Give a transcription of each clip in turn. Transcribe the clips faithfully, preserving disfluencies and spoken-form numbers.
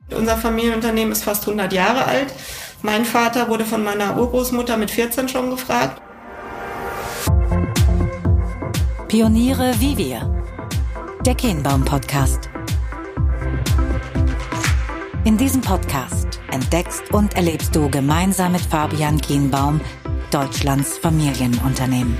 Unser Familienunternehmen ist fast hundert Jahre alt. Mein Vater wurde von meiner Urgroßmutter mit vierzehn schon gefragt. Pioniere wie wir. Der Kienbaum-Podcast. In diesem Podcast entdeckst und erlebst du gemeinsam mit Fabian Kienbaum Deutschlands Familienunternehmen.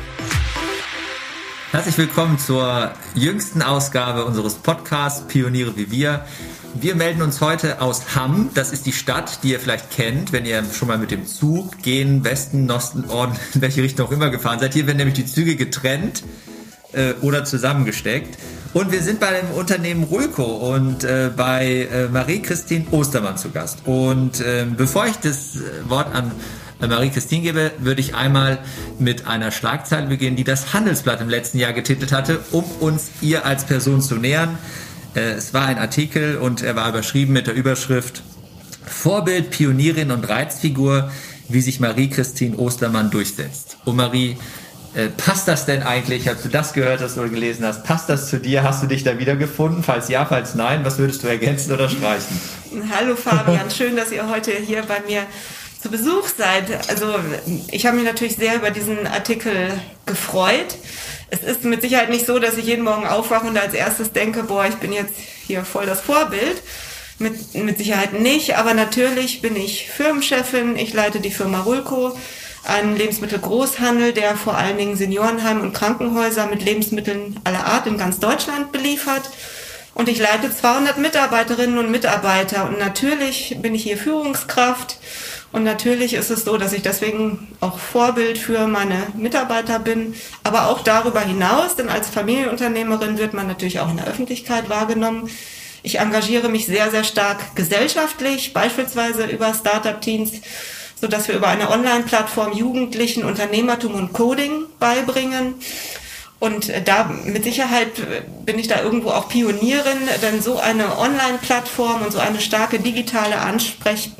Herzlich willkommen zur jüngsten Ausgabe unseres Podcasts Pioniere wie wir. Wir melden uns heute aus Hamm. Das ist die Stadt, die ihr vielleicht kennt, wenn ihr schon mal mit dem Zug gen Westen, Osten, Norden, in welche Richtung auch immer gefahren seid. Hier werden nämlich die Züge getrennt äh, oder zusammengesteckt. Und wir sind bei dem Unternehmen Rulco und äh, bei äh, Marie-Christine Ostermann zu Gast. Und äh, bevor ich das Wort an Marie-Christine gebe, würde ich einmal mit einer Schlagzeile beginnen, die das Handelsblatt im letzten Jahr getitelt hatte, um uns ihr als Person zu nähern. Es war ein Artikel und er war überschrieben mit der Überschrift Vorbild, Pionierin und Reizfigur, wie sich Marie-Christine Ostermann durchsetzt. Und Marie, äh, passt das denn eigentlich, als du das gehört hast oder gelesen hast, passt das zu dir? Hast du dich da wiedergefunden? Falls ja, falls nein, was würdest du ergänzen oder streichen? Hallo Fabian, schön, dass ihr heute hier bei mir zu Besuch seid. Also ich habe mich natürlich sehr über diesen Artikel gefreut. Es ist mit Sicherheit nicht so, dass ich jeden Morgen aufwache und als erstes denke, boah, ich bin jetzt hier voll das Vorbild. Mit, mit Sicherheit nicht, aber natürlich bin ich Firmenchefin. Ich leite die Firma Rulco, einen Lebensmittelgroßhandel, der vor allen Dingen Seniorenheime und Krankenhäuser mit Lebensmitteln aller Art in ganz Deutschland beliefert. Und ich leite zweihundert Mitarbeiterinnen und Mitarbeiter. Und natürlich bin ich hier Führungskraft. Und natürlich ist es so, dass ich deswegen auch Vorbild für meine Mitarbeiter bin, aber auch darüber hinaus, denn als Familienunternehmerin wird man natürlich auch in der Öffentlichkeit wahrgenommen. Ich engagiere mich sehr, sehr stark gesellschaftlich, beispielsweise über Startup-Teams, sodass wir über eine Online-Plattform Jugendlichen Unternehmertum und Coding beibringen. Und da mit Sicherheit bin ich da irgendwo auch Pionierin, denn so eine Online-Plattform und so eine starke digitale Ansprechmethode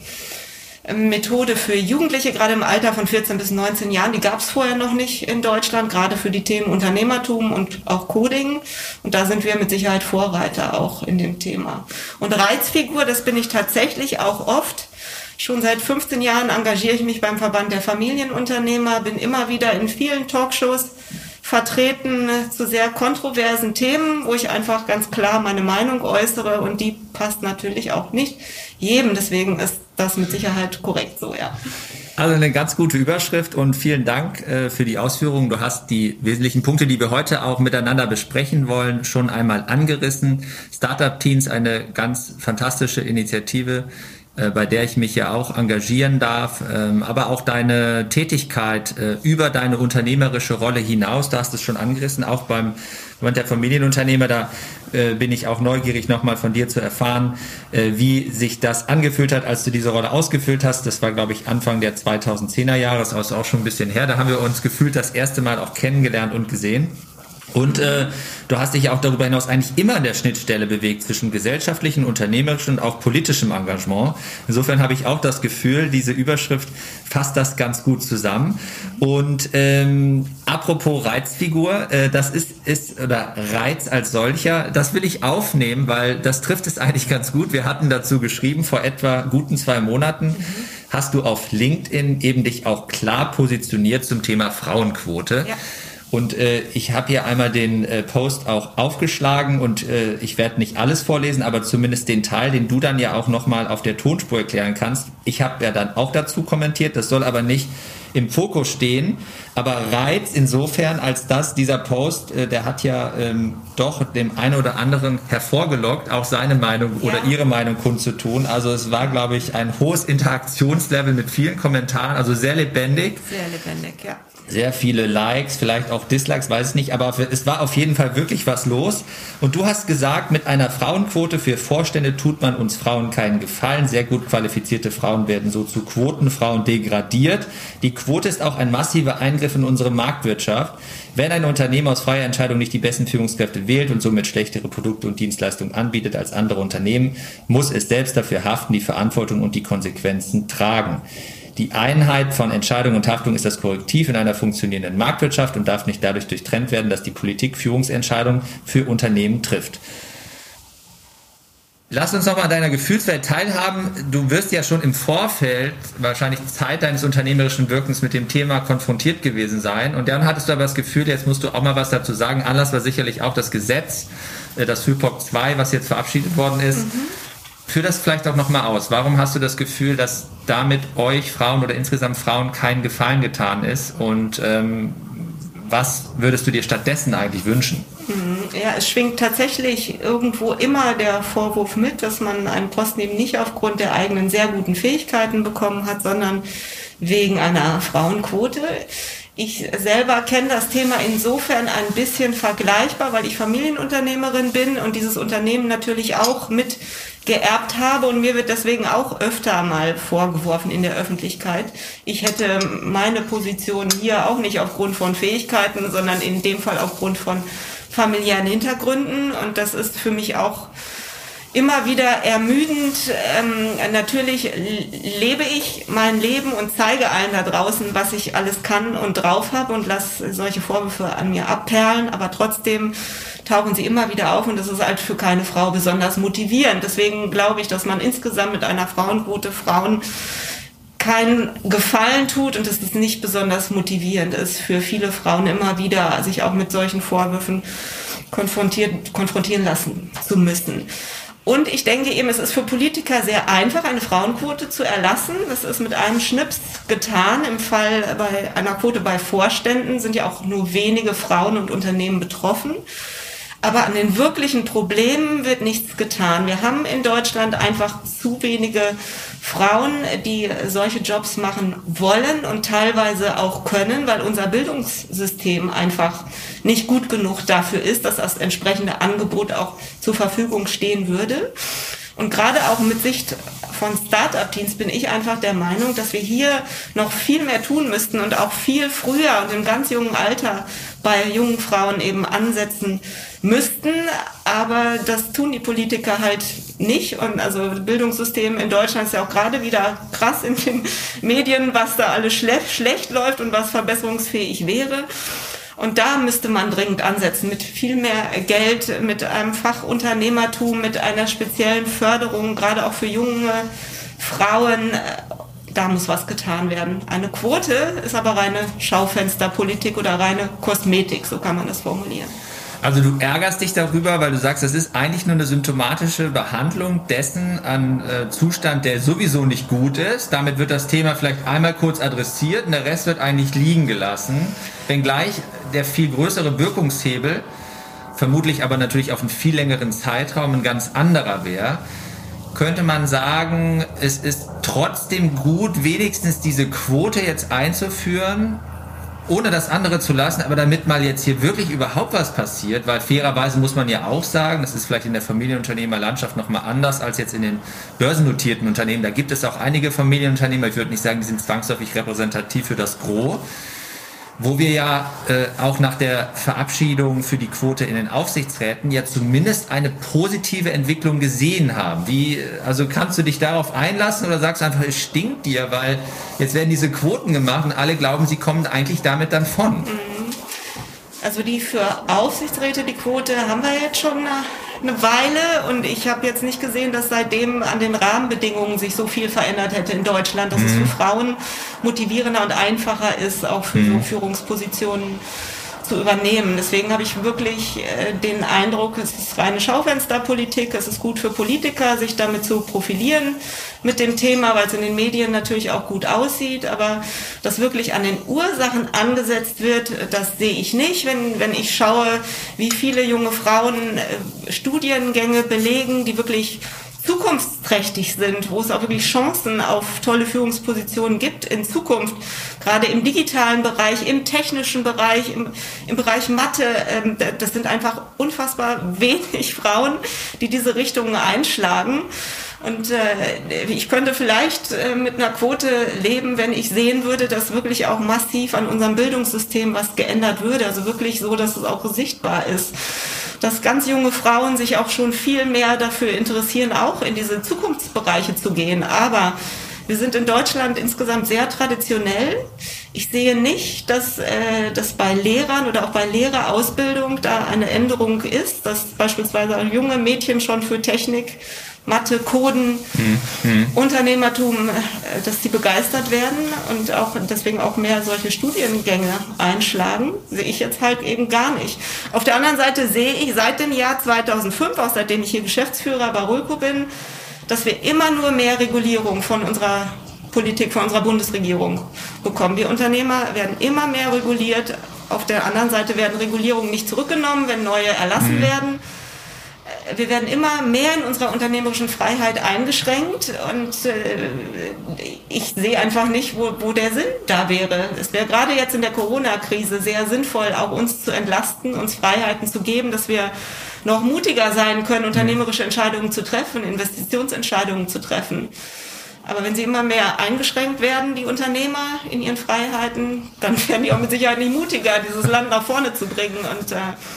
Methode für Jugendliche, gerade im Alter von vierzehn bis neunzehn Jahren, die gab es vorher noch nicht in Deutschland, gerade für die Themen Unternehmertum und auch Coding. Und da sind wir mit Sicherheit Vorreiter auch in dem Thema. Und Reizfigur, das bin ich tatsächlich auch oft. Schon seit fünfzehn Jahren engagiere ich mich beim Verband der Familienunternehmer, bin immer wieder in vielen Talkshows vertreten zu sehr kontroversen Themen, wo ich einfach ganz klar meine Meinung äußere und die passt natürlich auch nicht jedem. Deswegen ist das mit Sicherheit korrekt so, ja. Also eine ganz gute Überschrift und vielen Dank äh, für die Ausführungen. Du hast die wesentlichen Punkte, die wir heute auch miteinander besprechen wollen, schon einmal angerissen. Startup Teens, eine ganz fantastische Initiative, bei der ich mich ja auch engagieren darf, aber auch deine Tätigkeit über deine unternehmerische Rolle hinaus, da hast du es schon angerissen, auch beim Verband der Familienunternehmer, da bin ich auch neugierig, nochmal von dir zu erfahren, wie sich das angefühlt hat, als du diese Rolle ausgefüllt hast. Das war, glaube ich, Anfang der zweitausendzehner Jahre, das ist auch schon ein bisschen her, da haben wir uns gefühlt das erste Mal auch kennengelernt und gesehen. Und äh, du hast dich ja auch darüber hinaus eigentlich immer an der Schnittstelle bewegt zwischen gesellschaftlichen, unternehmerischen und auch politischem Engagement. Insofern habe ich auch das Gefühl, diese Überschrift fasst das ganz gut zusammen. Und ähm, apropos Reizfigur, äh, das ist, ist, oder Reiz als solcher, das will ich aufnehmen, weil das trifft es eigentlich ganz gut. Wir hatten dazu geschrieben, vor etwa guten zwei Monaten, mhm. hast du auf LinkedIn eben dich auch klar positioniert zum Thema Frauenquote. Ja. Und äh, ich habe hier einmal den äh, Post auch aufgeschlagen und äh, ich werde nicht alles vorlesen, aber zumindest den Teil, den du dann ja auch nochmal auf der Tonspur erklären kannst. Ich habe ja dann auch dazu kommentiert, das soll aber nicht im Fokus stehen, aber Reiz insofern, als dass dieser Post, äh, der hat ja ähm, doch dem einen oder anderen hervorgelockt, auch seine Meinung ja. oder ihre Meinung kundzutun. Also es war, glaube ich, ein hohes Interaktionslevel mit vielen Kommentaren, also sehr lebendig. Sehr lebendig, ja. Sehr viele Likes, vielleicht auch Dislikes, weiß ich nicht, aber es war auf jeden Fall wirklich was los. Und du hast gesagt, mit einer Frauenquote für Vorstände tut man uns Frauen keinen Gefallen. Sehr gut qualifizierte Frauen werden so zu Quotenfrauen degradiert. Die Quote ist auch ein massiver Eingriff in unsere Marktwirtschaft. Wenn ein Unternehmen aus freier Entscheidung nicht die besten Führungskräfte wählt und somit schlechtere Produkte und Dienstleistungen anbietet als andere Unternehmen, muss es selbst dafür haften, die Verantwortung und die Konsequenzen tragen. Die Einheit von Entscheidung und Haftung ist das Korrektiv in einer funktionierenden Marktwirtschaft und darf nicht dadurch durchtrennt werden, dass die Politik Führungsentscheidungen für Unternehmen trifft. Lass uns noch mal an deiner Gefühlswelt teilhaben. Du wirst ja schon im Vorfeld, wahrscheinlich Zeit deines unternehmerischen Wirkens, mit dem Thema konfrontiert gewesen sein. Und dann hattest du aber das Gefühl, jetzt musst du auch mal was dazu sagen. Anlass war sicherlich auch das Gesetz, das HÜPOC zwei, was jetzt verabschiedet worden ist. Mhm. Führ das vielleicht auch noch mal aus. Warum hast du das Gefühl, dass damit euch Frauen oder insgesamt Frauen keinen Gefallen getan ist? Und ähm, was würdest du dir stattdessen eigentlich wünschen? Ja, es schwingt tatsächlich irgendwo immer der Vorwurf mit, dass man einen Posten eben nicht aufgrund der eigenen sehr guten Fähigkeiten bekommen hat, sondern wegen einer Frauenquote. Ich selber kenne das Thema insofern ein bisschen vergleichbar, weil ich Familienunternehmerin bin und dieses Unternehmen natürlich auch mit geerbt habe, und mir wird deswegen auch öfter mal vorgeworfen in der Öffentlichkeit, ich hätte meine Position hier auch nicht aufgrund von Fähigkeiten, sondern in dem Fall aufgrund von familiären Hintergründen, und das ist für mich auch immer wieder ermüdend. Ähm, natürlich lebe ich mein Leben und zeige allen da draußen, was ich alles kann und drauf habe, und lasse solche Vorwürfe an mir abperlen, aber trotzdem tauchen sie immer wieder auf, und das ist halt für keine Frau besonders motivierend. Deswegen glaube ich, dass man insgesamt mit einer Frauenquote Frauen keinen Gefallen tut und dass es nicht besonders motivierend ist für viele Frauen, immer wieder sich auch mit solchen Vorwürfen konfrontiert, konfrontieren lassen zu müssen. Und ich denke eben, es ist für Politiker sehr einfach, eine Frauenquote zu erlassen. Das ist mit einem Schnips getan. Im Fall bei einer Quote bei Vorständen sind ja auch nur wenige Frauen und Unternehmen betroffen. Aber an den wirklichen Problemen wird nichts getan. Wir haben in Deutschland einfach zu wenige Frauen, die solche Jobs machen wollen und teilweise auch können, weil unser Bildungssystem einfach nicht gut genug dafür ist, dass das entsprechende Angebot auch zur Verfügung stehen würde. Und gerade auch mit Sicht von Start-up-Teams bin ich einfach der Meinung, dass wir hier noch viel mehr tun müssten und auch viel früher und im ganz jungen Alter bei jungen Frauen eben ansetzen müssten. Aber das tun die Politiker halt nicht. Und also das Bildungssystem in Deutschland ist ja auch gerade wieder krass in den Medien, was da alles schlecht, schlecht läuft und was verbesserungsfähig wäre. Und da müsste man dringend ansetzen, mit viel mehr Geld, mit einem Fachunternehmertum, mit einer speziellen Förderung, gerade auch für junge Frauen. Da muss was getan werden. Eine Quote ist aber reine Schaufensterpolitik oder reine Kosmetik, so kann man das formulieren. Also du ärgerst dich darüber, weil du sagst, das ist eigentlich nur eine symptomatische Behandlung dessen an äh, Zustand, der sowieso nicht gut ist. Damit wird das Thema vielleicht einmal kurz adressiert und der Rest wird eigentlich liegen gelassen. Wenngleich der viel größere Wirkungshebel, vermutlich aber natürlich auf einen viel längeren Zeitraum, ein ganz anderer wäre, könnte man sagen, es ist trotzdem gut, wenigstens diese Quote jetzt einzuführen, ohne das andere zu lassen, aber damit mal jetzt hier wirklich überhaupt was passiert, weil fairerweise muss man ja auch sagen, das ist vielleicht in der Familienunternehmerlandschaft nochmal anders als jetzt in den börsennotierten Unternehmen. Da gibt es auch einige Familienunternehmer, ich würde nicht sagen, die sind zwangsläufig repräsentativ für das Gros, wo wir ja äh, auch nach der Verabschiedung für die Quote in den Aufsichtsräten ja zumindest eine positive Entwicklung gesehen haben. Wie, also kannst du dich darauf einlassen oder sagst du einfach, es stinkt dir, weil jetzt werden diese Quoten gemacht und alle glauben, sie kommen eigentlich damit dann von? Also die für Aufsichtsräte, die Quote haben wir jetzt schon eine Weile, und ich habe jetzt nicht gesehen, dass seitdem an den Rahmenbedingungen sich so viel verändert hätte in Deutschland, dass mhm. es für Frauen motivierender und einfacher ist, auch für mhm. so Führungspositionen zu übernehmen. Deswegen habe ich wirklich äh, den Eindruck, es ist reine Schaufensterpolitik, es ist gut für Politiker, sich damit zu profilieren mit dem Thema, weil es in den Medien natürlich auch gut aussieht, aber dass wirklich an den Ursachen angesetzt wird, das sehe ich nicht. Wenn, wenn ich schaue, wie viele junge Frauen äh, Studiengänge belegen, die wirklich zukunftsträchtig sind, wo es auch wirklich Chancen auf tolle Führungspositionen gibt in Zukunft, gerade im digitalen Bereich, im technischen Bereich, im, im Bereich Mathe. Ähm, das sind einfach unfassbar wenig Frauen, die diese Richtungen einschlagen. Und äh, ich könnte vielleicht äh, mit einer Quote leben, wenn ich sehen würde, dass wirklich auch massiv an unserem Bildungssystem was geändert würde. Also wirklich so, dass es auch sichtbar ist. Dass ganz junge Frauen sich auch schon viel mehr dafür interessieren, auch in diese Zukunftsbereiche zu gehen. Aber wir sind in Deutschland insgesamt sehr traditionell. Ich sehe nicht, dass äh, das bei Lehrern oder auch bei Lehrerausbildung da eine Änderung ist, dass beispielsweise junge Mädchen schon für Technik Mathe, Coden, mhm. Unternehmertum, dass die begeistert werden und auch deswegen auch mehr solche Studiengänge einschlagen, sehe ich jetzt halt eben gar nicht. Auf der anderen Seite sehe ich seit dem Jahr zweitausendfünf, auch seitdem ich hier Geschäftsführer bei Röko bin, dass wir immer nur mehr Regulierung von unserer Politik, von unserer Bundesregierung bekommen. Wir Unternehmer werden immer mehr reguliert. Auf der anderen Seite werden Regulierungen nicht zurückgenommen, wenn neue erlassen mhm. werden. Wir werden immer mehr in unserer unternehmerischen Freiheit eingeschränkt und äh, ich sehe einfach nicht, wo, wo der Sinn da wäre. Es wäre gerade jetzt in der Corona-Krise sehr sinnvoll, auch uns zu entlasten, uns Freiheiten zu geben, dass wir noch mutiger sein können, unternehmerische Entscheidungen zu treffen, Investitionsentscheidungen zu treffen. Aber wenn sie immer mehr eingeschränkt werden, die Unternehmer in ihren Freiheiten, dann werden die auch mit Sicherheit nicht mutiger, dieses Land nach vorne zu bringen. Und äh,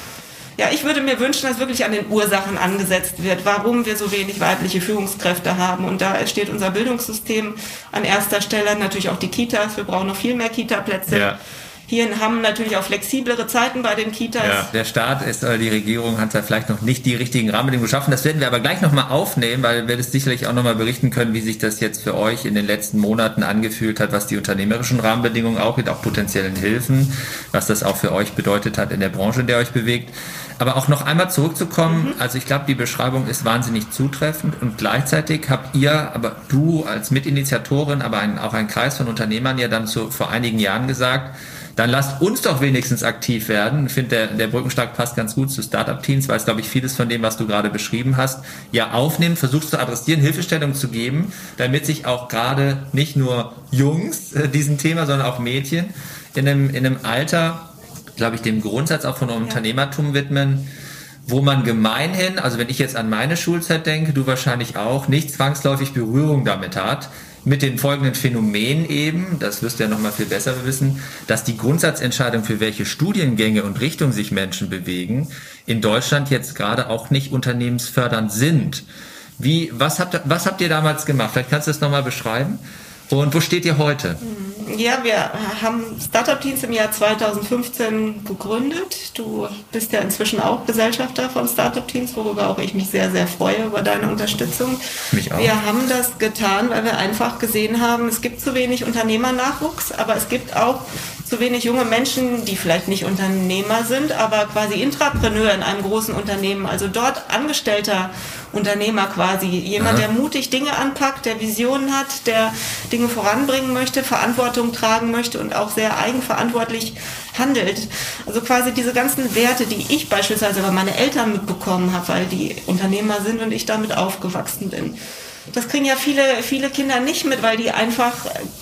ja, ich würde mir wünschen, dass wirklich an den Ursachen angesetzt wird, warum wir so wenig weibliche Führungskräfte haben. Und da steht unser Bildungssystem an erster Stelle, natürlich auch die Kitas. Wir brauchen noch viel mehr Kita-Plätze. Ja. Hier in Hamm natürlich auch flexiblere Zeiten bei den Kitas. Ja, der Staat ist, die Regierung hat da vielleicht noch nicht die richtigen Rahmenbedingungen geschaffen. Das werden wir aber gleich nochmal aufnehmen, weil wir das sicherlich auch nochmal berichten können, wie sich das jetzt für euch in den letzten Monaten angefühlt hat, was die unternehmerischen Rahmenbedingungen auch mit auch potenziellen Hilfen, was das auch für euch bedeutet hat in der Branche, in der euch bewegt. Aber auch noch einmal zurückzukommen, mhm. also ich glaube, die Beschreibung ist wahnsinnig zutreffend und gleichzeitig habt ihr, aber du als Mitinitiatorin, aber ein, auch ein Kreis von Unternehmern ja dann zu, vor einigen Jahren gesagt, dann lasst uns doch wenigstens aktiv werden. Ich finde, der, der Brückenschlag passt ganz gut zu Startup-Teams, weil es, glaube ich, vieles von dem, was du gerade beschrieben hast, ja aufnimmt, versuchst zu adressieren, Hilfestellung zu geben, damit sich auch gerade nicht nur Jungs äh, diesem Thema, sondern auch Mädchen in einem, in einem Alter, glaube ich, dem Grundsatz auch von Unternehmertum widmen, wo man gemeinhin, also wenn ich jetzt an meine Schulzeit denke, du wahrscheinlich auch, nicht zwangsläufig Berührung damit hat, mit den folgenden Phänomenen eben, das wirst du ja noch mal viel besser wissen, dass die Grundsatzentscheidung, für welche Studiengänge und Richtung sich Menschen bewegen, in Deutschland jetzt gerade auch nicht unternehmensfördernd sind. Wie, was habt, was habt ihr damals gemacht? Vielleicht kannst du das noch mal beschreiben. Und wo steht ihr heute? Ja, wir haben Startup-Teams im Jahr zweitausendfünfzehn gegründet. Du bist ja inzwischen auch Gesellschafter von Startup-Teams, worüber auch ich mich sehr, sehr freue über deine Unterstützung. Mich auch. Wir haben das getan, weil wir einfach gesehen haben, es gibt zu wenig Unternehmernachwuchs, aber es gibt auch zu wenig junge Menschen, die vielleicht nicht Unternehmer sind, aber quasi Intrapreneur in einem großen Unternehmen, also dort angestellter Unternehmer quasi. Jemand, Aha. der mutig Dinge anpackt, der Visionen hat, der Dinge voranbringen möchte, Verantwortung tragen möchte und auch sehr eigenverantwortlich handelt. Also quasi diese ganzen Werte, die ich beispielsweise bei meinen Eltern mitbekommen habe, weil die Unternehmer sind und ich damit aufgewachsen bin. Das kriegen ja viele, viele Kinder nicht mit, weil die einfach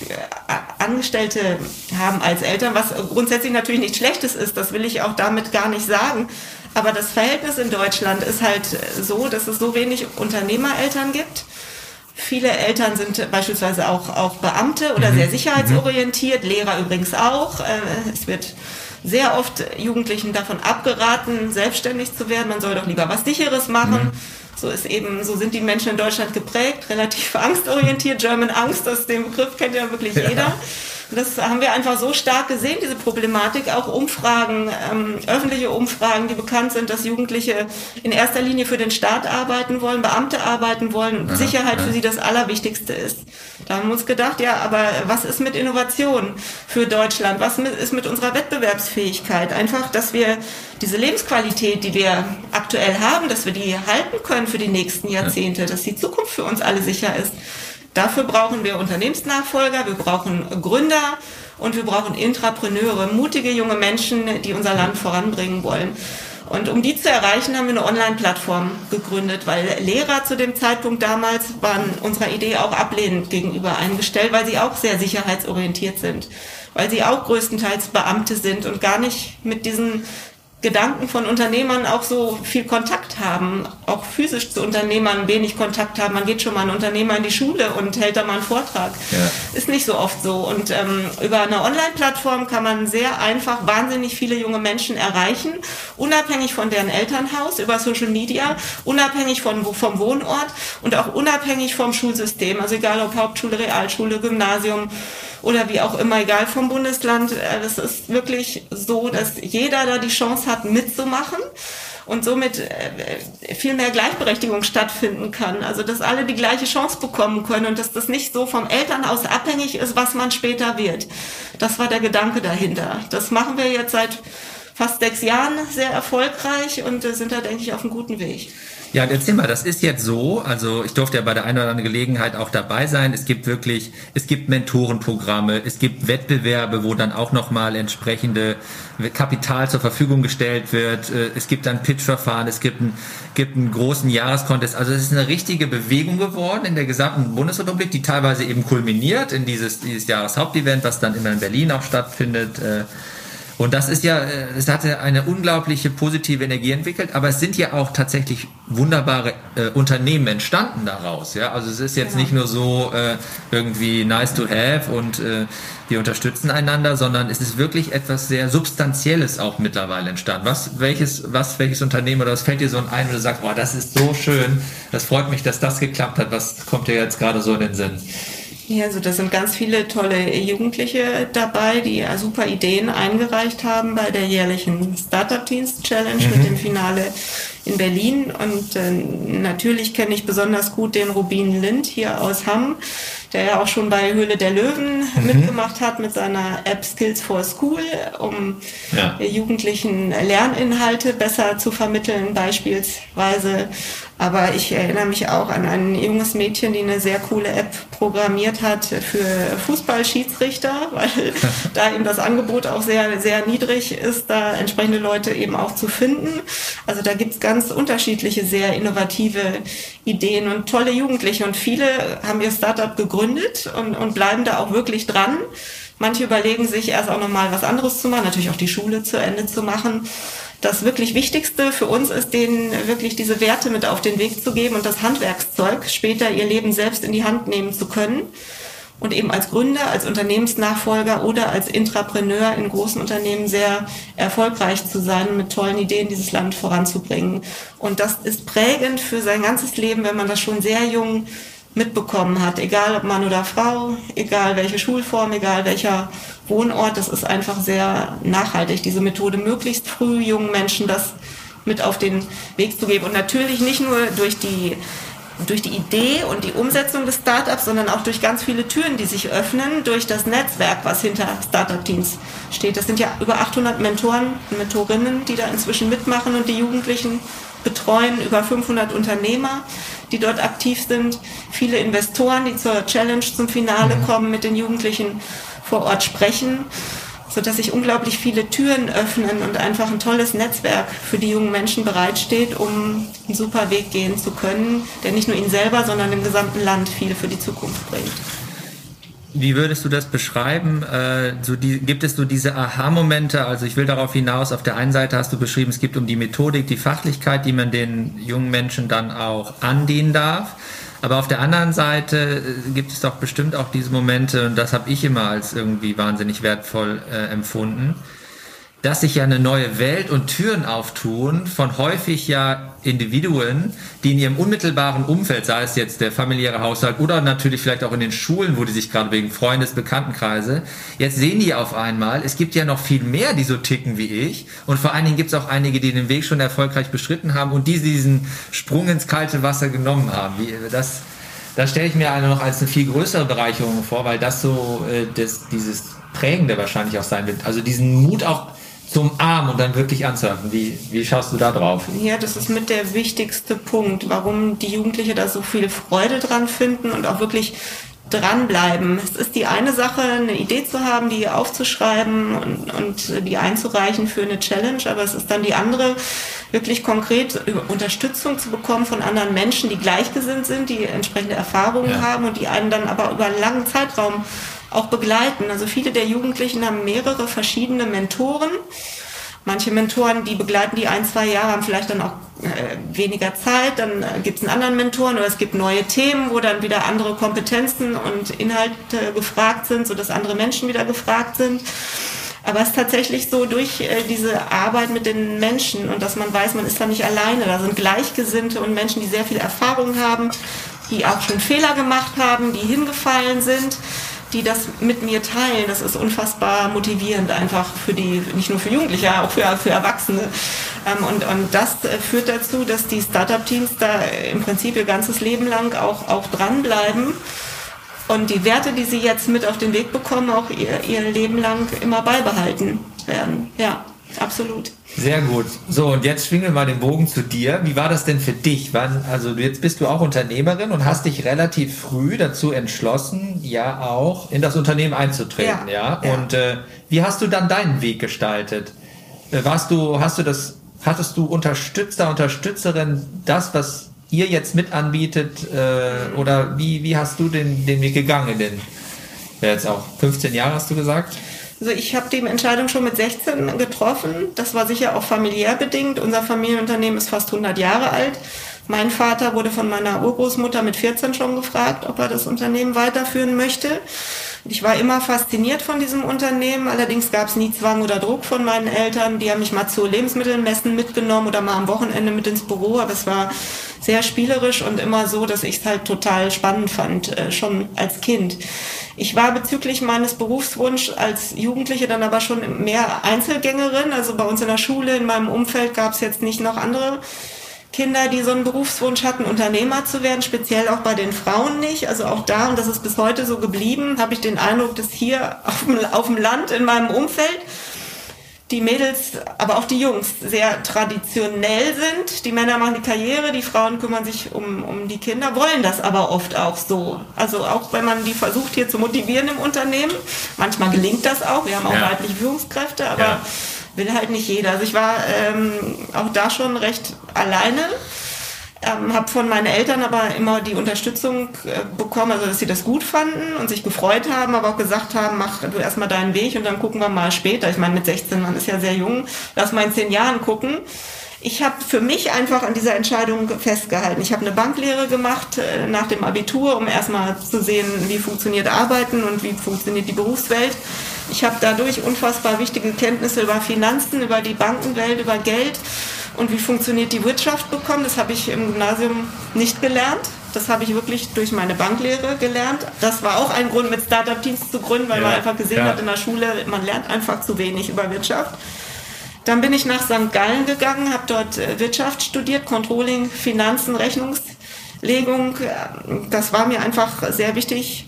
Angestellte haben als Eltern, was grundsätzlich natürlich nichts Schlechtes ist, das will ich auch damit gar nicht sagen. Aber das Verhältnis in Deutschland ist halt so, dass es so wenig Unternehmereltern gibt. Viele Eltern sind beispielsweise auch, auch Beamte oder sehr sicherheitsorientiert, Lehrer übrigens auch. Es wird sehr oft Jugendlichen davon abgeraten, selbstständig zu werden. Man soll doch lieber was Sicheres machen. So ist eben, so sind die Menschen in Deutschland geprägt, relativ angstorientiert. German Angst, das, den Begriff kennt ja wirklich jeder. Ja. Das haben wir einfach so stark gesehen, diese Problematik. Auch Umfragen, ähm, öffentliche Umfragen, die bekannt sind, dass Jugendliche in erster Linie für den Staat arbeiten wollen, Beamte arbeiten wollen und ja, Sicherheit ja. für sie das Allerwichtigste ist. Da haben wir uns gedacht, ja, aber was ist mit Innovation für Deutschland? Was ist mit unserer Wettbewerbsfähigkeit? Einfach, dass wir diese Lebensqualität, die wir aktuell haben, dass wir die halten können für die nächsten Jahrzehnte, dass die Zukunft für uns alle sicher ist. Dafür brauchen wir Unternehmensnachfolger, wir brauchen Gründer und wir brauchen Intrapreneure, mutige junge Menschen, die unser Land voranbringen wollen. Und um die zu erreichen, haben wir eine Online-Plattform gegründet, weil Lehrer zu dem Zeitpunkt damals waren unserer Idee auch ablehnend gegenüber eingestellt, weil sie auch sehr sicherheitsorientiert sind, weil sie auch größtenteils Beamte sind und gar nicht mit diesen Gedanken von Unternehmern auch so viel Kontakt haben, auch physisch zu Unternehmern wenig Kontakt haben. Man geht schon mal ein Unternehmer in die Schule und hält da mal einen Vortrag. Ja. Ist nicht so oft so. Und ähm, über eine Online-Plattform kann man sehr einfach wahnsinnig viele junge Menschen erreichen, unabhängig von deren Elternhaus, über Social Media, unabhängig von, vom Wohnort und auch unabhängig vom Schulsystem. Also egal ob Hauptschule, Realschule, Gymnasium oder wie auch immer, egal vom Bundesland. Es ist wirklich so, dass jeder da die Chance hat, mitzumachen. und somit äh, viel mehr Gleichberechtigung stattfinden kann. Also dass alle die gleiche Chance bekommen können und dass das nicht so vom Elternhaus abhängig ist, was man später wird. Das war der Gedanke dahinter. Das machen wir jetzt seit fast sechs Jahren sehr erfolgreich und äh, sind da, denke ich, auf einem guten Weg. Ja, erzähl mal, das ist jetzt so, also ich durfte ja bei der einen oder anderen Gelegenheit auch dabei sein, es gibt wirklich, es gibt Mentorenprogramme, es gibt Wettbewerbe, wo dann auch nochmal entsprechende Kapital zur Verfügung gestellt wird, es gibt dann Pitchverfahren, es gibt einen, gibt einen großen Jahreskontest, also es ist eine richtige Bewegung geworden in der gesamten Bundesrepublik, die teilweise eben kulminiert in dieses, dieses Jahreshauptevent, was dann immer in Berlin auch stattfindet. Und das ist ja, es hatte eine unglaubliche positive Energie entwickelt, aber es sind ja auch tatsächlich wunderbare äh, Unternehmen entstanden daraus. Ja, also es ist jetzt genau. nicht nur so äh, irgendwie nice to have und äh, wir unterstützen einander, sondern es ist wirklich etwas sehr Substanzielles auch mittlerweile entstanden. Was, welches, was, welches Unternehmen oder was fällt dir so ein, wo du sagst, oh, das ist so schön, das freut mich, dass das geklappt hat. Was kommt dir jetzt gerade so in den Sinn? Ja, also da sind ganz viele tolle Jugendliche dabei, die ja super Ideen eingereicht haben bei der jährlichen Startup Teens Challenge mhm. mit dem Finale in Berlin. Und äh, natürlich kenne ich besonders gut den Rubin Lind hier aus Hamm, der ja auch schon bei Höhle der Löwen mhm. mitgemacht hat mit seiner App Skills for School, um ja. Jugendlichen Lerninhalte besser zu vermitteln beispielsweise. Aber ich erinnere mich auch an ein junges Mädchen, die eine sehr coole App programmiert hat für Fußballschiedsrichter, weil da eben das Angebot auch sehr, sehr niedrig ist, da entsprechende Leute eben auch zu finden. Also da gibt's ganz unterschiedliche, sehr innovative Ideen und tolle Jugendliche. Und viele haben ihr Startup gegründet und, und bleiben da auch wirklich dran. Manche überlegen sich erst auch nochmal was anderes zu machen, natürlich auch die Schule zu Ende zu machen. Das wirklich Wichtigste für uns ist, denen wirklich diese Werte mit auf den Weg zu geben und das Handwerkszeug, später ihr Leben selbst in die Hand nehmen zu können und eben als Gründer, als Unternehmensnachfolger oder als Intrapreneur in großen Unternehmen sehr erfolgreich zu sein, mit tollen Ideen dieses Land voranzubringen. Und das ist prägend für sein ganzes Leben, wenn man das schon sehr jung mitbekommen hat, egal ob Mann oder Frau, egal welche Schulform, egal welcher Wohnort, das ist einfach sehr nachhaltig, diese Methode, möglichst früh jungen Menschen das mit auf den Weg zu geben. Und natürlich nicht nur durch die, durch die Idee und die Umsetzung des Startups, sondern auch durch ganz viele Türen, die sich öffnen, durch das Netzwerk, was hinter Startup Teens steht. Das sind ja über achthundert Mentoren und Mentorinnen, die da inzwischen mitmachen und die Jugendlichen betreuen, über fünfhundert Unternehmer, die dort aktiv sind, viele Investoren, die zur Challenge zum Finale mhm. kommen, mit den Jugendlichen vor Ort sprechen, sodass sich unglaublich viele Türen öffnen und einfach ein tolles Netzwerk für die jungen Menschen bereitsteht, um einen super Weg gehen zu können, der nicht nur ihnen selber, sondern dem gesamten Land viel für die Zukunft bringt. Wie würdest du das beschreiben? Äh, so die, gibt es so diese Aha-Momente? Also ich will darauf hinaus, auf der einen Seite hast du beschrieben, es gibt um die Methodik, die Fachlichkeit, die man den jungen Menschen dann auch andienen darf. Aber auf der anderen Seite gibt es doch bestimmt auch diese Momente, und das habe ich immer als irgendwie wahnsinnig wertvoll äh, empfunden, dass sich ja eine neue Welt und Türen auftun von häufig ja Individuen, die in ihrem unmittelbaren Umfeld, sei es jetzt der familiäre Haushalt oder natürlich vielleicht auch in den Schulen, wo die sich gerade wegen Freundes-, Bekanntenkreise, jetzt sehen die auf einmal, es gibt ja noch viel mehr, die so ticken wie ich, und vor allen Dingen gibt es auch einige, die den Weg schon erfolgreich beschritten haben und die diesen Sprung ins kalte Wasser genommen haben. Wie, das, das stelle ich mir also noch als eine viel größere Bereicherung vor, weil das so äh, das, dieses Prägende wahrscheinlich auch sein wird. Also diesen Mut auch zum Arm und dann wirklich anzuhören. Wie, wie schaust du da drauf? Ja, das ist mit der wichtigste Punkt, warum die Jugendliche da so viel Freude dran finden und auch wirklich dranbleiben. Es ist die eine Sache, eine Idee zu haben, die aufzuschreiben und, und die einzureichen für eine Challenge, aber es ist dann die andere, wirklich konkret Unterstützung zu bekommen von anderen Menschen, die gleichgesinnt sind, die entsprechende Erfahrungen ja. haben und die einen dann aber über einen langen Zeitraum auch begleiten. Also viele der Jugendlichen haben mehrere verschiedene Mentoren. Manche Mentoren, die begleiten die ein, zwei Jahre, haben vielleicht dann auch äh, weniger Zeit. Dann äh, gibt es einen anderen Mentoren oder es gibt neue Themen, wo dann wieder andere Kompetenzen und Inhalte gefragt sind, sodass andere Menschen wieder gefragt sind. Aber es ist tatsächlich so, durch äh, diese Arbeit mit den Menschen und dass man weiß, man ist da nicht alleine. Da sind Gleichgesinnte und Menschen, die sehr viel Erfahrung haben, die auch schon Fehler gemacht haben, die hingefallen sind, die das mit mir teilen. Das ist unfassbar motivierend einfach für die, nicht nur für Jugendliche, auch für, für Erwachsene. Ähm, und, und das führt dazu, dass die Startup-Teams da im Prinzip ihr ganzes Leben lang auch, auch dranbleiben und die Werte, die sie jetzt mit auf den Weg bekommen, auch ihr, ihr Leben lang immer beibehalten werden. Ja, absolut. Sehr gut. So, und jetzt schwingen wir mal den Bogen zu dir. Wie war das denn für dich? Wann, also jetzt bist du auch Unternehmerin und hast dich relativ früh dazu entschlossen, ja auch in das Unternehmen einzutreten. Ja. ja? ja. Und äh, wie hast du dann deinen Weg gestaltet? Äh, warst du, hast du das, hattest du Unterstützer, Unterstützerin, das, was ihr jetzt mit anbietet, äh, oder wie, wie hast du den, den Weg gegangen in den, ja, jetzt auch fünfzehn Jahre hast du gesagt? Also ich habe die Entscheidung schon mit sechzehn getroffen. Das war sicher auch familiär bedingt. Unser Familienunternehmen ist fast hundert Jahre alt. Mein Vater wurde von meiner Urgroßmutter mit vierzehn schon gefragt, ob er das Unternehmen weiterführen möchte. Ich war immer fasziniert von diesem Unternehmen. Allerdings gab es nie Zwang oder Druck von meinen Eltern. Die haben mich mal zu Lebensmittelmessen mitgenommen oder mal am Wochenende mit ins Büro. Aber es war sehr spielerisch und immer so, dass ich es halt total spannend fand, äh, schon als Kind. Ich war bezüglich meines Berufswunschs als Jugendliche dann aber schon mehr Einzelgängerin. Also bei uns in der Schule, in meinem Umfeld gab es jetzt nicht noch andere Kinder, die so einen Berufswunsch hatten, Unternehmer zu werden, speziell auch bei den Frauen nicht. Also auch da, und das ist bis heute so geblieben, habe ich den Eindruck, dass hier auf dem, auf dem Land in meinem Umfeld die Mädels, aber auch die Jungs sehr traditionell sind. Die Männer machen die Karriere, die Frauen kümmern sich um, um die Kinder, wollen das aber oft auch so. Also auch wenn man die versucht hier zu motivieren im Unternehmen, manchmal gelingt das auch, wir haben auch ja. weibliche Führungskräfte, aber ja. will halt nicht jeder. Also ich war ähm, auch da schon recht alleine. Ähm, habe von meinen Eltern aber immer die Unterstützung äh, bekommen, also dass sie das gut fanden und sich gefreut haben, aber auch gesagt haben, mach du erstmal deinen Weg und dann gucken wir mal später. Ich meine, mit sechzehn, man ist ja sehr jung, lass mal in zehn Jahren gucken. Ich habe für mich einfach an dieser Entscheidung festgehalten. Ich habe eine Banklehre gemacht äh, nach dem Abitur, um erstmal zu sehen, wie funktioniert Arbeiten und wie funktioniert die Berufswelt. Ich habe dadurch unfassbar wichtige Kenntnisse über Finanzen, über die Bankenwelt, über Geld und wie funktioniert die Wirtschaft bekommen. Das habe ich im Gymnasium nicht gelernt. Das habe ich wirklich durch meine Banklehre gelernt. Das war auch ein Grund, mit Startup-Teams zu gründen, weil ja, man einfach gesehen ja. hat in der Schule, man lernt einfach zu wenig über Wirtschaft. Dann bin ich nach Sankt Gallen gegangen, habe dort Wirtschaft studiert, Controlling, Finanzen, Rechnungslegung. Das war mir einfach sehr wichtig,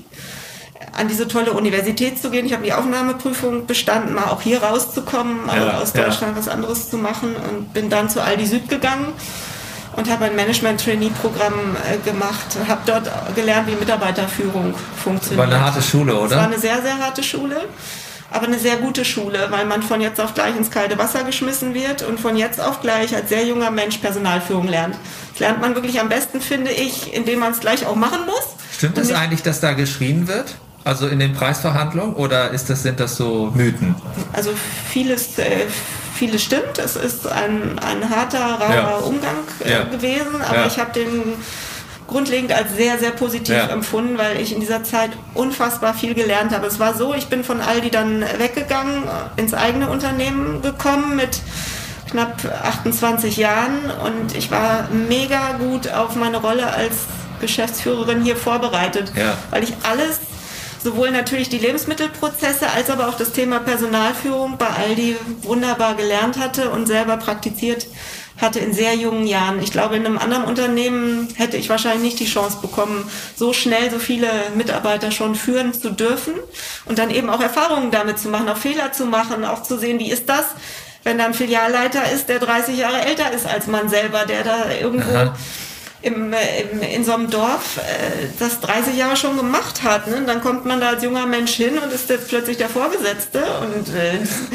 an diese tolle Universität zu gehen. Ich habe die Aufnahmeprüfung bestanden, mal auch hier rauszukommen, mal ja, aus Deutschland ja. was anderes zu machen und bin dann zu Aldi Süd gegangen und habe ein Management-Trainee-Programm äh, gemacht, habe dort gelernt, wie Mitarbeiterführung funktioniert. War eine harte Schule, oder? Es war eine sehr, sehr harte Schule, aber eine sehr gute Schule, weil man von jetzt auf gleich ins kalte Wasser geschmissen wird und von jetzt auf gleich als sehr junger Mensch Personalführung lernt. Das lernt man wirklich am besten, finde ich, indem man es gleich auch machen muss. Stimmt es eigentlich, dass da geschrien wird? Also in den Preisverhandlungen, oder ist das, sind das so Mythen? Also vieles, äh, vieles stimmt. Es ist ein, ein harter, rauer ja. Umgang äh, ja. gewesen, aber ja. ich habe den grundlegend als sehr, sehr positiv ja. empfunden, weil ich in dieser Zeit unfassbar viel gelernt habe. Es war so, ich bin von Aldi dann weggegangen, ins eigene Unternehmen gekommen mit knapp achtundzwanzig Jahren und ich war mega gut auf meine Rolle als Geschäftsführerin hier vorbereitet, ja. weil ich alles, sowohl natürlich die Lebensmittelprozesse als aber auch das Thema Personalführung bei Aldi wunderbar gelernt hatte und selber praktiziert hatte in sehr jungen Jahren. Ich glaube, in einem anderen Unternehmen hätte ich wahrscheinlich nicht die Chance bekommen, so schnell so viele Mitarbeiter schon führen zu dürfen und dann eben auch Erfahrungen damit zu machen, auch Fehler zu machen, auch zu sehen, wie ist das, wenn da ein Filialleiter ist, der dreißig Jahre älter ist als man selber, der da irgendwo Aha. Im, im, in so einem Dorf äh, das dreißig Jahre schon gemacht hat. Ne? Dann kommt man da als junger Mensch hin und ist jetzt plötzlich der Vorgesetzte und äh,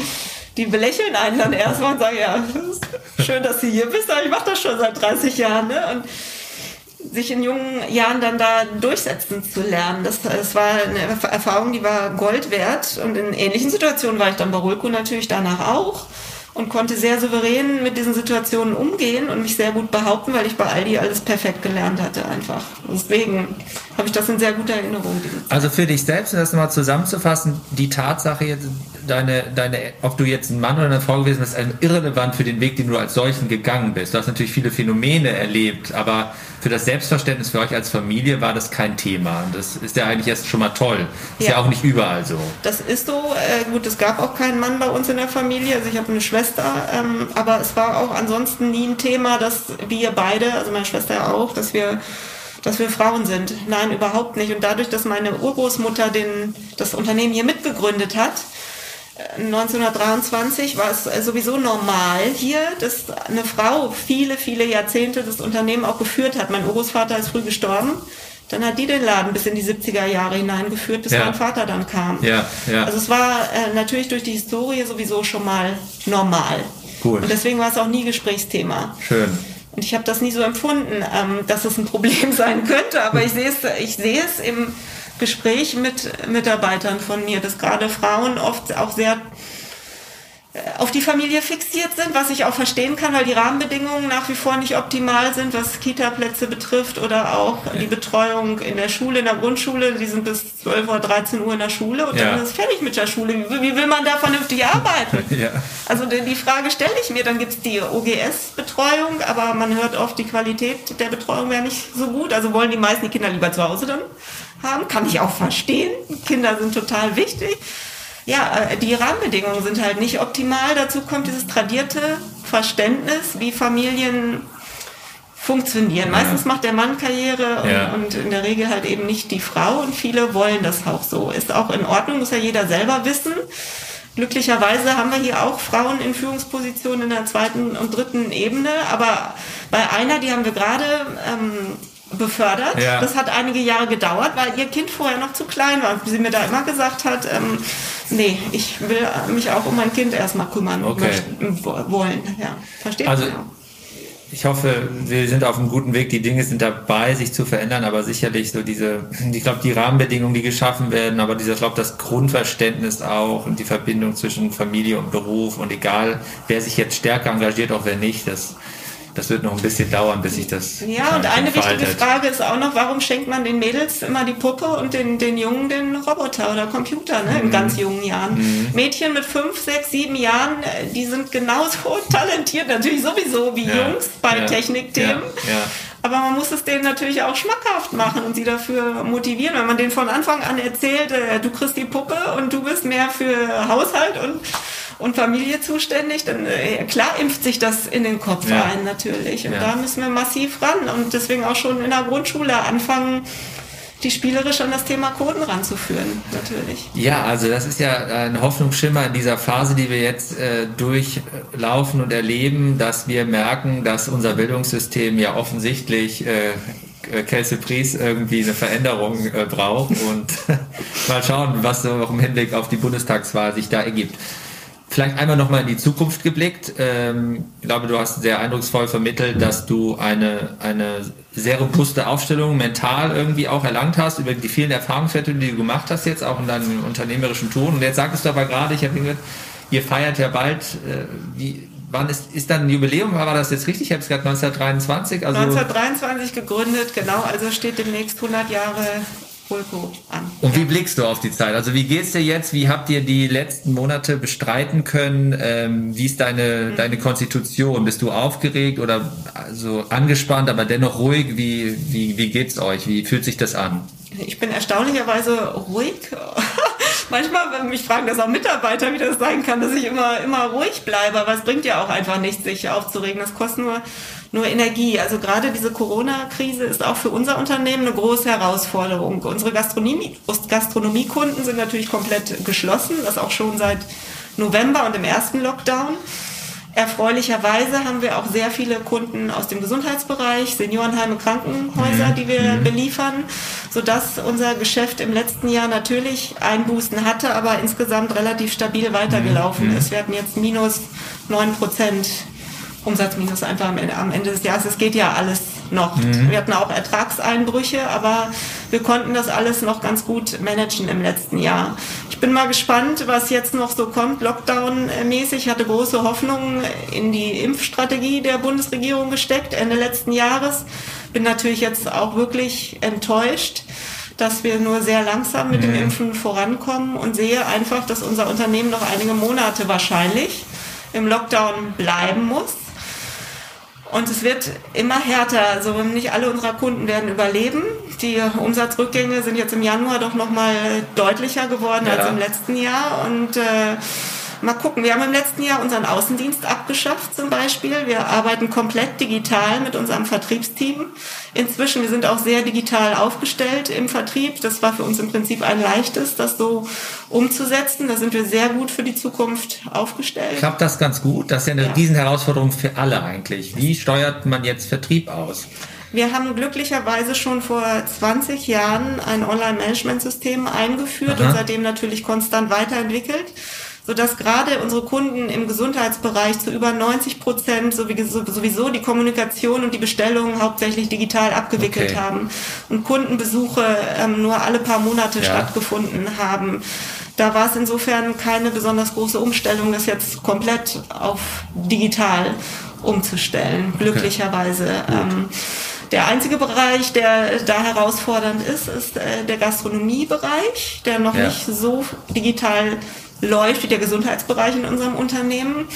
die belächeln einen dann erstmal und sagen, ja, schön, dass du hier bist, aber ich mache das schon seit dreißig Jahren. Ne? Und sich in jungen Jahren dann da durchsetzen zu lernen, das, das war eine Erfahrung, die war Gold wert. Und in ähnlichen Situationen war ich dann bei Röhlco natürlich danach auch. Und konnte sehr souverän mit diesen Situationen umgehen und mich sehr gut behaupten, weil ich bei Aldi alles perfekt gelernt hatte einfach. Deswegen habe ich das in sehr guter Erinnerung. Also für dich selbst, um das nochmal zusammenzufassen, die Tatsache jetzt, deine, deine, ob du jetzt ein Mann oder eine Frau gewesen bist, ist irrelevant für den Weg, den du als solchen gegangen bist. Du hast natürlich viele Phänomene erlebt, aber für das Selbstverständnis für euch als Familie war das kein Thema. Und das ist ja eigentlich erst schon mal toll. Ist ja, ja auch nicht überall so. Das ist so. Äh, gut, es gab auch keinen Mann bei uns in der Familie. Also ich habe eine Schwester, ähm, aber es war auch ansonsten nie ein Thema, dass wir beide, also meine Schwester auch, dass wir dass wir Frauen sind. Nein, überhaupt nicht. Und dadurch, dass meine Urgroßmutter den, das Unternehmen hier mitgegründet hat, neunzehnhundertdreiundzwanzig, war es sowieso normal hier, dass eine Frau viele, viele Jahrzehnte das Unternehmen auch geführt hat. Mein Urgroßvater ist früh gestorben. Dann hat die den Laden bis in die siebziger Jahre hineingeführt, bis ja. mein Vater dann kam. Ja, ja. Also es war äh, natürlich durch die Historie sowieso schon mal normal. Gut. Und deswegen war es auch nie Gesprächsthema. Schön. Und ich habe das nie so empfunden, ähm, dass es ein Problem sein könnte, aber ich sehe es, ich sehe es im Gespräch mit Mitarbeitern von mir, dass gerade Frauen oft auch sehr auf die Familie fixiert sind, was ich auch verstehen kann, weil die Rahmenbedingungen nach wie vor nicht optimal sind, was Kita-Plätze betrifft oder auch die Betreuung in der Schule, in der Grundschule. Die sind bis zwölf oder dreizehn Uhr in der Schule und ja. dann ist es fertig mit der Schule. Wie, wie will man da vernünftig arbeiten? Ja. Also die, die Frage stelle ich mir. Dann gibt es die O G S-Betreuung, aber man hört oft, die Qualität der Betreuung wäre nicht so gut. Also wollen die meisten die Kinder lieber zu Hause dann haben. Kann ich auch verstehen. Kinder sind total wichtig. Ja, die Rahmenbedingungen sind halt nicht optimal. Dazu kommt dieses tradierte Verständnis, wie Familien funktionieren. Ja. Meistens macht der Mann Karriere und, ja. und in der Regel halt eben nicht die Frau. Und viele wollen das auch so. Ist auch in Ordnung, muss ja jeder selber wissen. Glücklicherweise haben wir hier auch Frauen in Führungspositionen in der zweiten und dritten Ebene. Aber bei einer, die haben wir gerade ähm, befördert. Ja. Das hat einige Jahre gedauert, weil ihr Kind vorher noch zu klein war. Wie sie mir da immer gesagt hat, ähm, nee, ich will mich auch um mein Kind erstmal kümmern okay. möchten, wollen. Ja, versteht also, man ja. Ich hoffe, wir sind auf einem guten Weg, die Dinge sind dabei, sich zu verändern, aber sicherlich so diese, ich glaube, die Rahmenbedingungen, die geschaffen werden, aber dieser, ich glaube, das Grundverständnis auch und die Verbindung zwischen Familie und Beruf und egal, wer sich jetzt stärker engagiert, auch wer nicht, das Das wird noch ein bisschen dauern, bis ich das... Ja, und eine wichtige Frage ist auch noch, warum schenkt man den Mädels immer die Puppe und den, den Jungen den Roboter oder Computer, ne, in mhm. ganz jungen Jahren. Mhm. Mädchen mit fünf, sechs, sieben Jahren, die sind genauso talentiert, natürlich sowieso wie ja. Jungs bei ja. Technikthemen. Ja. Ja. Aber man muss es denen natürlich auch schmackhaft machen und sie dafür motivieren. Wenn man denen von Anfang an erzählt, äh, du kriegst die Puppe und du bist mehr für Haushalt und und Familie zuständig, dann äh, klar impft sich das in den Kopf ja. ein natürlich. Und ja. da müssen wir massiv ran und deswegen auch schon in der Grundschule anfangen, die spielerisch an das Thema Coden ranzuführen, natürlich. Ja, also das ist ja ein Hoffnungsschimmer in dieser Phase, die wir jetzt äh, durchlaufen und erleben, dass wir merken, dass unser Bildungssystem ja offensichtlich äh, Kelsey Pries irgendwie eine Veränderung äh, braucht und mal schauen, was so auch im Hinblick auf die Bundestagswahl sich da ergibt. Vielleicht einmal nochmal in die Zukunft geblickt. Ähm, ich glaube, du hast sehr eindrucksvoll vermittelt, dass du eine, eine sehr robuste Aufstellung mental irgendwie auch erlangt hast, über die vielen Erfahrungswerte, die du gemacht hast jetzt, auch in deinem unternehmerischen Tun. Und jetzt sagtest du aber gerade, ich habe gehört, ihr feiert ja bald, äh, wie, wann ist, ist dann ein Jubiläum? War das jetzt richtig? Ich habe es gerade neunzehnhundertdreiundzwanzig. Also neunzehnhundertdreiundzwanzig gegründet, genau, also steht demnächst hundert Jahre Pulco an. Und wie blickst du auf die Zeit? Also wie geht's dir jetzt? Wie habt ihr die letzten Monate bestreiten können? Ähm, wie ist deine, mhm. deine Konstitution? Bist du aufgeregt oder also angespannt, aber dennoch ruhig? Wie, wie, wie geht's euch? Wie fühlt sich das an? Ich bin erstaunlicherweise ruhig. Manchmal, wenn mich fragen das auch Mitarbeiter, wie das sein kann, dass ich immer, immer ruhig bleibe. Aber es bringt ja auch einfach nichts, sich aufzuregen. Das kostet nur, nur Energie. Also gerade diese Corona-Krise ist auch für unser Unternehmen eine große Herausforderung. Unsere Gastronomie, Gastronomiekunden sind natürlich komplett geschlossen. Das auch schon seit November und im ersten Lockdown. Erfreulicherweise haben wir auch sehr viele Kunden aus dem Gesundheitsbereich, Seniorenheime, Krankenhäuser, die wir mhm. beliefern, sodass unser Geschäft im letzten Jahr natürlich Einbußen hatte, aber insgesamt relativ stabil weitergelaufen mhm. ist. Wir hatten jetzt minus neun Prozent Umsatzminus einfach am Ende des Jahres. Es geht ja alles noch. Mhm. Wir hatten auch Ertragseinbrüche, aber wir konnten das alles noch ganz gut managen im letzten Jahr. Ich bin mal gespannt, was jetzt noch so kommt, Lockdown-mäßig. Ich hatte große Hoffnungen in die Impfstrategie der Bundesregierung gesteckt, Ende letzten Jahres. Bin natürlich jetzt auch wirklich enttäuscht, dass wir nur sehr langsam mit mhm. dem Impfen vorankommen und sehe einfach, dass unser Unternehmen noch einige Monate wahrscheinlich im Lockdown bleiben muss. Und es wird immer härter. Also nicht alle unserer Kunden werden überleben. Die Umsatzrückgänge sind jetzt im Januar doch nochmal deutlicher geworden ja. als im letzten Jahr. Und äh, mal gucken, wir haben im letzten Jahr unseren Außendienst abgeschafft zum Beispiel. Wir arbeiten komplett digital mit unserem Vertriebsteam. Inzwischen, wir sind auch sehr digital aufgestellt im Vertrieb. Das war für uns im Prinzip ein leichtes, das so umzusetzen. Da sind wir sehr gut für die Zukunft aufgestellt. Klappt das ganz gut? Das ist ja eine ja. Riesenherausforderung für alle eigentlich. Wie steuert man jetzt Vertrieb aus? Wir haben glücklicherweise schon vor zwanzig Jahren ein Online-Management-System eingeführt Aha. und seitdem natürlich konstant weiterentwickelt, sodass gerade unsere Kunden im Gesundheitsbereich zu über neunzig Prozent sowieso die Kommunikation und die Bestellungen hauptsächlich digital abgewickelt okay. haben und Kundenbesuche ähm, nur alle paar Monate ja. stattgefunden haben. Da war es insofern keine besonders große Umstellung, das jetzt komplett auf digital umzustellen, glücklicherweise. Okay. Ähm, Der einzige Bereich, der da herausfordernd ist, ist äh, der Gastronomiebereich, der noch ja. nicht so digital läuft wie der Gesundheitsbereich in unserem Unternehmen.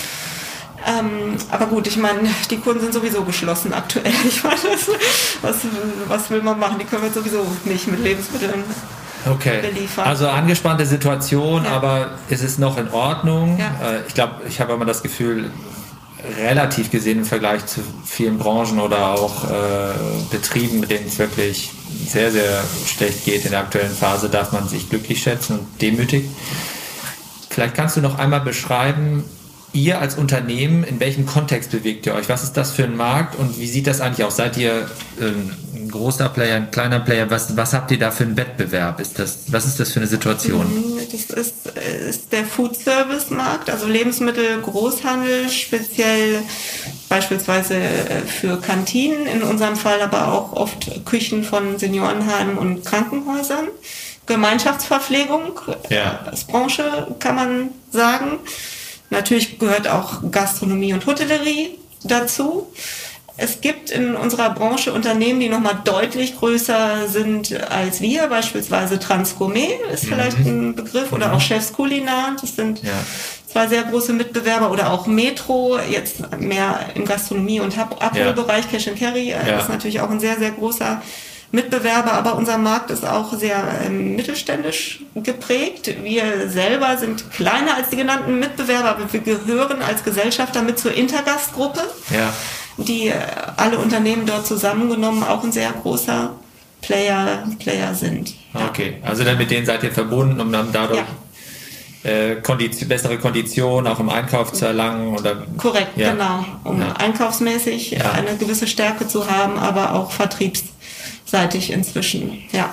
Ähm, aber gut, ich meine, die Kunden sind sowieso geschlossen aktuell. Ich meine, was, was will man machen? Die können wir sowieso nicht mit Lebensmitteln okay. beliefern. Also angespannte Situation, ja. aber es ist noch in Ordnung. Ja. Äh, ich glaube, ich habe immer das Gefühl, relativ gesehen im Vergleich zu vielen Branchen oder auch äh, Betrieben, mit denen es wirklich sehr, sehr schlecht geht in der aktuellen Phase, darf man sich glücklich schätzen und demütig. Vielleicht kannst du noch einmal beschreiben, ihr als Unternehmen, in welchem Kontext bewegt ihr euch? Was ist das für ein Markt und wie sieht das eigentlich aus? Seid ihr ähm, ein großer Player, ein kleiner Player? Was, was habt ihr da für einen Wettbewerb? Ist das, was ist das für eine Situation? Das ist, ist der Food-Service-Markt, also Lebensmittel, Großhandel, speziell beispielsweise für Kantinen, in unserem Fall aber auch oft Küchen von Seniorenheimen und Krankenhäusern. Gemeinschaftsverpflegung ja. als Branche, kann man sagen. Natürlich gehört auch Gastronomie und Hotellerie dazu. Es gibt in unserer Branche Unternehmen, die nochmal deutlich größer sind als wir, beispielsweise Transgourmet ist vielleicht ein Begriff, oder auch Chefs Culinar, das sind ja. zwei sehr große Mitbewerber, oder auch Metro, jetzt mehr im Gastronomie- und Abholbereich, ja. Cash and Carry, ja. ist natürlich auch ein sehr, sehr großer Mitbewerber, aber unser Markt ist auch sehr ähm, mittelständisch geprägt. Wir selber sind kleiner als die genannten Mitbewerber, aber wir gehören als Gesellschafter mit zur Intergast-Gruppe, ja. die äh, alle Unternehmen dort zusammengenommen auch ein sehr großer Player, Player sind. Ja. Okay, also dann mit denen seid ihr verbunden, um dann dadurch ja. äh, Kondition, bessere Konditionen auch im Einkauf zu erlangen? Oder? Korrekt, ja. genau. Um ja. einkaufsmäßig ja. eine gewisse Stärke zu haben, aber auch vertriebs seitig inzwischen, ja.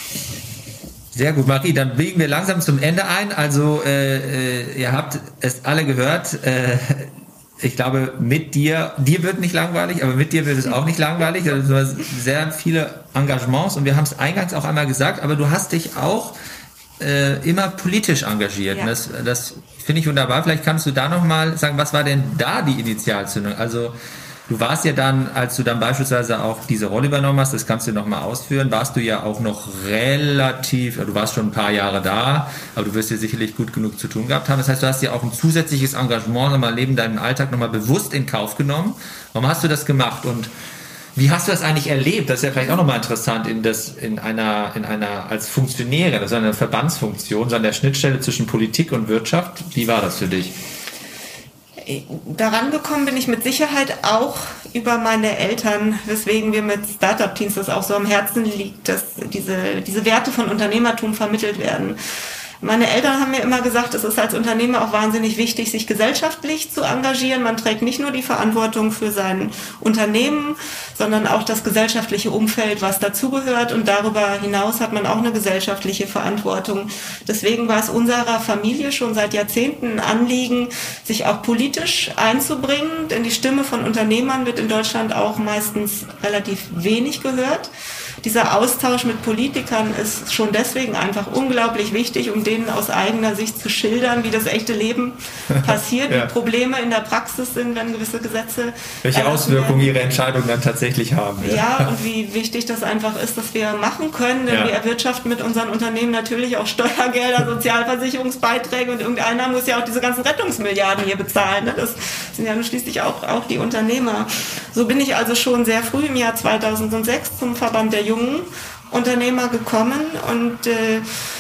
Sehr gut, Marie, dann biegen wir langsam zum Ende ein. Also äh, äh, ihr habt es alle gehört. Äh, ich glaube, mit dir, dir wird nicht langweilig, aber mit dir wird es auch nicht langweilig. Also du hast sehr viele Engagements und wir haben es eingangs auch einmal gesagt, aber du hast dich auch äh, immer politisch engagiert. Ja. Das, das finde ich wunderbar. Vielleicht kannst du da nochmal sagen, was war denn da die Initialzündung? Also du warst ja dann, als du dann beispielsweise auch diese Rolle übernommen hast, das kannst du nochmal ausführen, warst du ja auch noch relativ, du warst schon ein paar Jahre da, aber du wirst ja sicherlich gut genug zu tun gehabt haben. Das heißt, du hast ja auch ein zusätzliches Engagement nochmal neben deinem Alltag nochmal bewusst in Kauf genommen. Warum hast du das gemacht und wie hast du das eigentlich erlebt? Das ist ja vielleicht auch nochmal interessant in, das, in, einer, in einer, als Funktionärin, das ist eine Verbandsfunktion, so an der Schnittstelle zwischen Politik und Wirtschaft. Wie war das für dich? Daran gekommen bin ich mit Sicherheit auch über meine Eltern, weswegen wir mit Startup-Teams das auch so am Herzen liegt, dass diese, diese Werte von Unternehmertum vermittelt werden. Meine Eltern haben mir immer gesagt, es ist als Unternehmer auch wahnsinnig wichtig, sich gesellschaftlich zu engagieren. Man trägt nicht nur die Verantwortung für sein Unternehmen, sondern auch das gesellschaftliche Umfeld, was dazugehört. Und darüber hinaus hat man auch eine gesellschaftliche Verantwortung. Deswegen war es unserer Familie schon seit Jahrzehnten ein Anliegen, sich auch politisch einzubringen. Denn die Stimme von Unternehmern wird in Deutschland auch meistens relativ wenig gehört. dieser Austausch mit Politikern ist schon deswegen einfach unglaublich wichtig, um denen aus eigener Sicht zu schildern, wie das echte Leben passiert, ja. wie Probleme in der Praxis sind, wenn gewisse Gesetze... Welche Auswirkungen ihre Entscheidungen dann tatsächlich haben. Ja. ja, und wie wichtig das einfach ist, dass wir machen können, denn ja. wir erwirtschaften mit unseren Unternehmen natürlich auch Steuergelder, Sozialversicherungsbeiträge und irgendeiner muss ja auch diese ganzen Rettungsmilliarden hier bezahlen. Ne? Das sind ja nun schließlich auch, auch die Unternehmer. So bin ich also schon sehr früh im Jahr zweitausendsechs zum Verband der jungen Unternehmer gekommen und äh,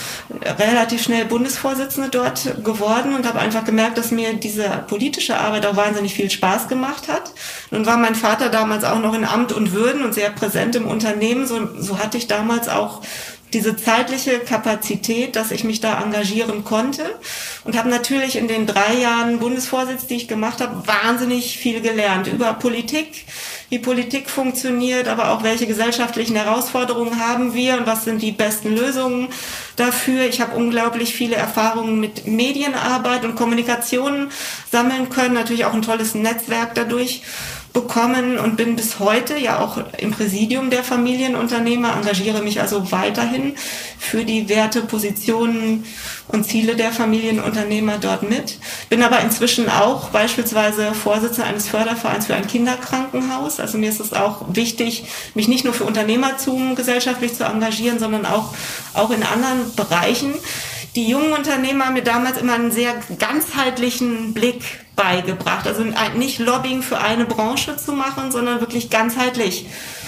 relativ schnell Bundesvorsitzende dort geworden und habe einfach gemerkt, dass mir diese politische Arbeit auch wahnsinnig viel Spaß gemacht hat. Nun war mein Vater damals auch noch in Amt und Würden und sehr präsent im Unternehmen. So, so hatte ich damals auch diese zeitliche Kapazität, dass ich mich da engagieren konnte und habe natürlich in den drei Jahren Bundesvorsitz, die ich gemacht habe, wahnsinnig viel gelernt über Politik, wie Politik funktioniert, aber auch welche gesellschaftlichen Herausforderungen haben wir und was sind die besten Lösungen dafür. Ich habe unglaublich viele Erfahrungen mit Medienarbeit und Kommunikation sammeln können, natürlich auch ein tolles Netzwerk dadurch bekommen und bin bis heute ja auch im Präsidium der Familienunternehmer, engagiere mich also weiterhin für die Werte, Positionen und Ziele der Familienunternehmer dort mit. Bin aber inzwischen auch beispielsweise Vorsitzende eines Fördervereins für ein Kinderkrankenhaus. Also mir ist es auch wichtig, mich nicht nur für Unternehmertum gesellschaftlich zu engagieren, sondern auch, auch in anderen Bereichen. Die jungen Unternehmer haben mir damals immer einen sehr ganzheitlichen Blick beigebracht. Also nicht Lobbying für eine Branche zu machen, sondern wirklich ganzheitlich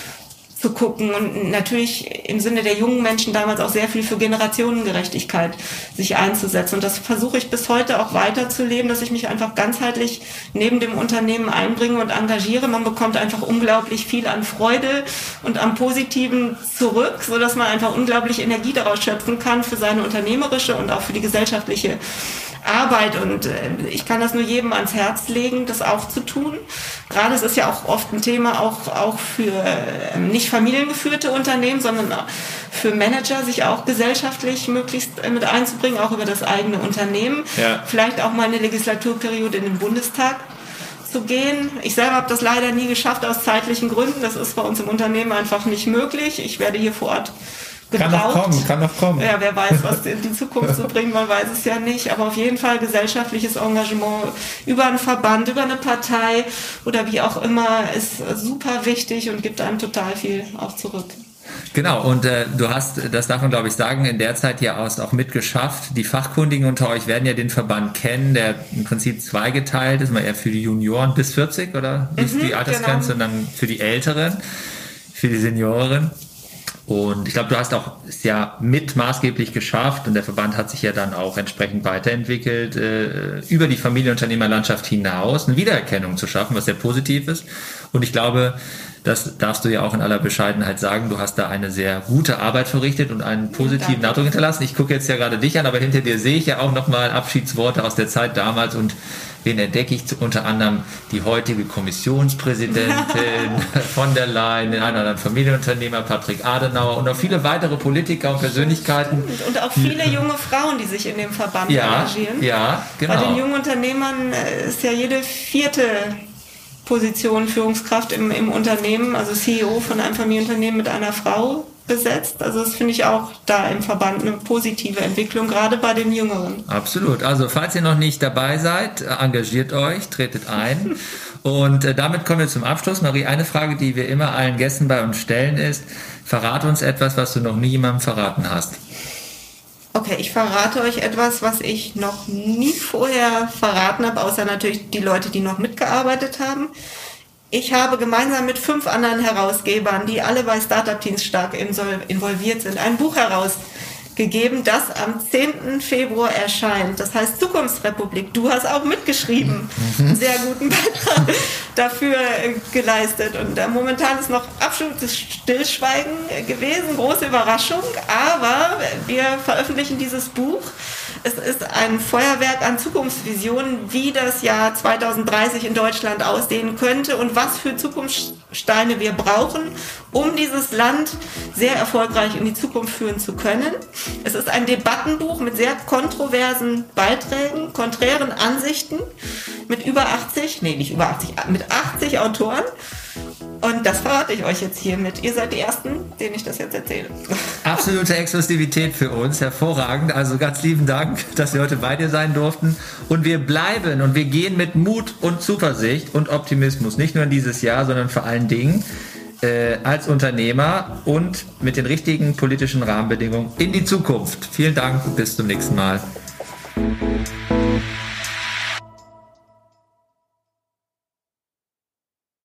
zu gucken und natürlich im Sinne der jungen Menschen damals auch sehr viel für Generationengerechtigkeit sich einzusetzen. Und das versuche ich bis heute auch weiterzuleben, dass ich mich einfach ganzheitlich neben dem Unternehmen einbringe und engagiere. Man bekommt einfach unglaublich viel an Freude und am Positiven zurück, sodass man einfach unglaublich Energie daraus schöpfen kann für seine unternehmerische und auch für die gesellschaftliche Arbeit und ich kann das nur jedem ans Herz legen, das auch zu tun. Gerade es ist ja auch oft ein Thema auch, auch für nicht familiengeführte Unternehmen, sondern für Manager, sich auch gesellschaftlich möglichst mit einzubringen, auch über das eigene Unternehmen. Ja. Vielleicht auch mal eine Legislaturperiode in den Bundestag zu gehen. Ich selber habe das leider nie geschafft aus zeitlichen Gründen. Das ist bei uns im Unternehmen einfach nicht möglich. Ich werde hier vor Ort gebraucht. Kann noch kommen, kann noch kommen. Ja, wer weiß, was in die Zukunft so bringt, man weiß es ja nicht. Aber auf jeden Fall gesellschaftliches Engagement über einen Verband, über eine Partei oder wie auch immer ist super wichtig und gibt einem total viel auch zurück. Genau, und äh, du hast, das darf man glaube ich sagen, in der Zeit ja auch mitgeschafft. Die Fachkundigen unter euch werden ja den Verband kennen, der im Prinzip zweigeteilt ist, mal eher für die Junioren bis vierzig oder bis mhm, die Altersgrenze, genau. Und dann für die Älteren, für die Senioren. Und ich glaube, du hast auch es ja mit maßgeblich geschafft und der Verband hat sich ja dann auch entsprechend weiterentwickelt, äh, über die Familienunternehmerlandschaft hinaus eine Wiedererkennung zu schaffen, was sehr positiv ist. Und ich glaube, das darfst du ja auch in aller Bescheidenheit sagen, du hast da eine sehr gute Arbeit verrichtet und einen positiven Nachdruck hinterlassen. Ich gucke jetzt ja gerade dich an, aber hinter dir sehe ich ja auch nochmal Abschiedsworte aus der Zeit damals und wen entdecke ich? Unter anderem die heutige Kommissionspräsidentin von der Leyen, den einen oder anderen Familienunternehmer, Patrick Adenauer und auch viele weitere Politiker und Persönlichkeiten. Und auch viele junge Frauen, die sich in dem Verband ja, engagieren. Ja, genau. Bei den jungen Unternehmern ist ja jede vierte Position Führungskraft im, im Unternehmen, also C E O von einem Familienunternehmen mit einer Frau besetzt. Also das finde ich auch da im Verband eine positive Entwicklung, gerade bei den Jüngeren. Absolut. Also falls ihr noch nicht dabei seid, engagiert euch, tretet ein. Und äh, damit kommen wir zum Abschluss. Marie, eine Frage, die wir immer allen Gästen bei uns stellen ist, verrate uns etwas, was du noch nie jemandem verraten hast. Okay, ich verrate euch etwas, was ich noch nie vorher verraten habe, außer natürlich die Leute, die noch mitgearbeitet haben. Ich habe gemeinsam mit fünf anderen Herausgebern, die alle bei Startup Teens stark involviert sind, ein Buch herausgegeben, das am zehnten Februar erscheint. Das heißt Zukunftsrepublik. Du hast auch mitgeschrieben. Einen sehr guten Beitrag dafür geleistet. Und äh, momentan ist noch absolutes Stillschweigen gewesen, große Überraschung. Aber wir veröffentlichen dieses Buch. Es ist ein Feuerwerk an Zukunftsvisionen, wie das Jahr zweitausenddreißig in Deutschland aussehen könnte und was für Zukunftssteine wir brauchen, um dieses Land sehr erfolgreich in die Zukunft führen zu können. Es ist ein Debattenbuch mit sehr kontroversen Beiträgen, konträren Ansichten, mit über achtzig, nee, nicht über achtzig, mit achtzig Autoren. Und das verrate ich euch jetzt hiermit. Ihr seid die Ersten, denen ich das jetzt erzähle. Absolute Exklusivität für uns, hervorragend. Also ganz lieben Dank, dass wir heute bei dir sein durften. Und wir bleiben und wir gehen mit Mut und Zuversicht und Optimismus, nicht nur in dieses Jahr, sondern vor allen Dingen äh, als Unternehmer und mit den richtigen politischen Rahmenbedingungen in die Zukunft. Vielen Dank, bis zum nächsten Mal.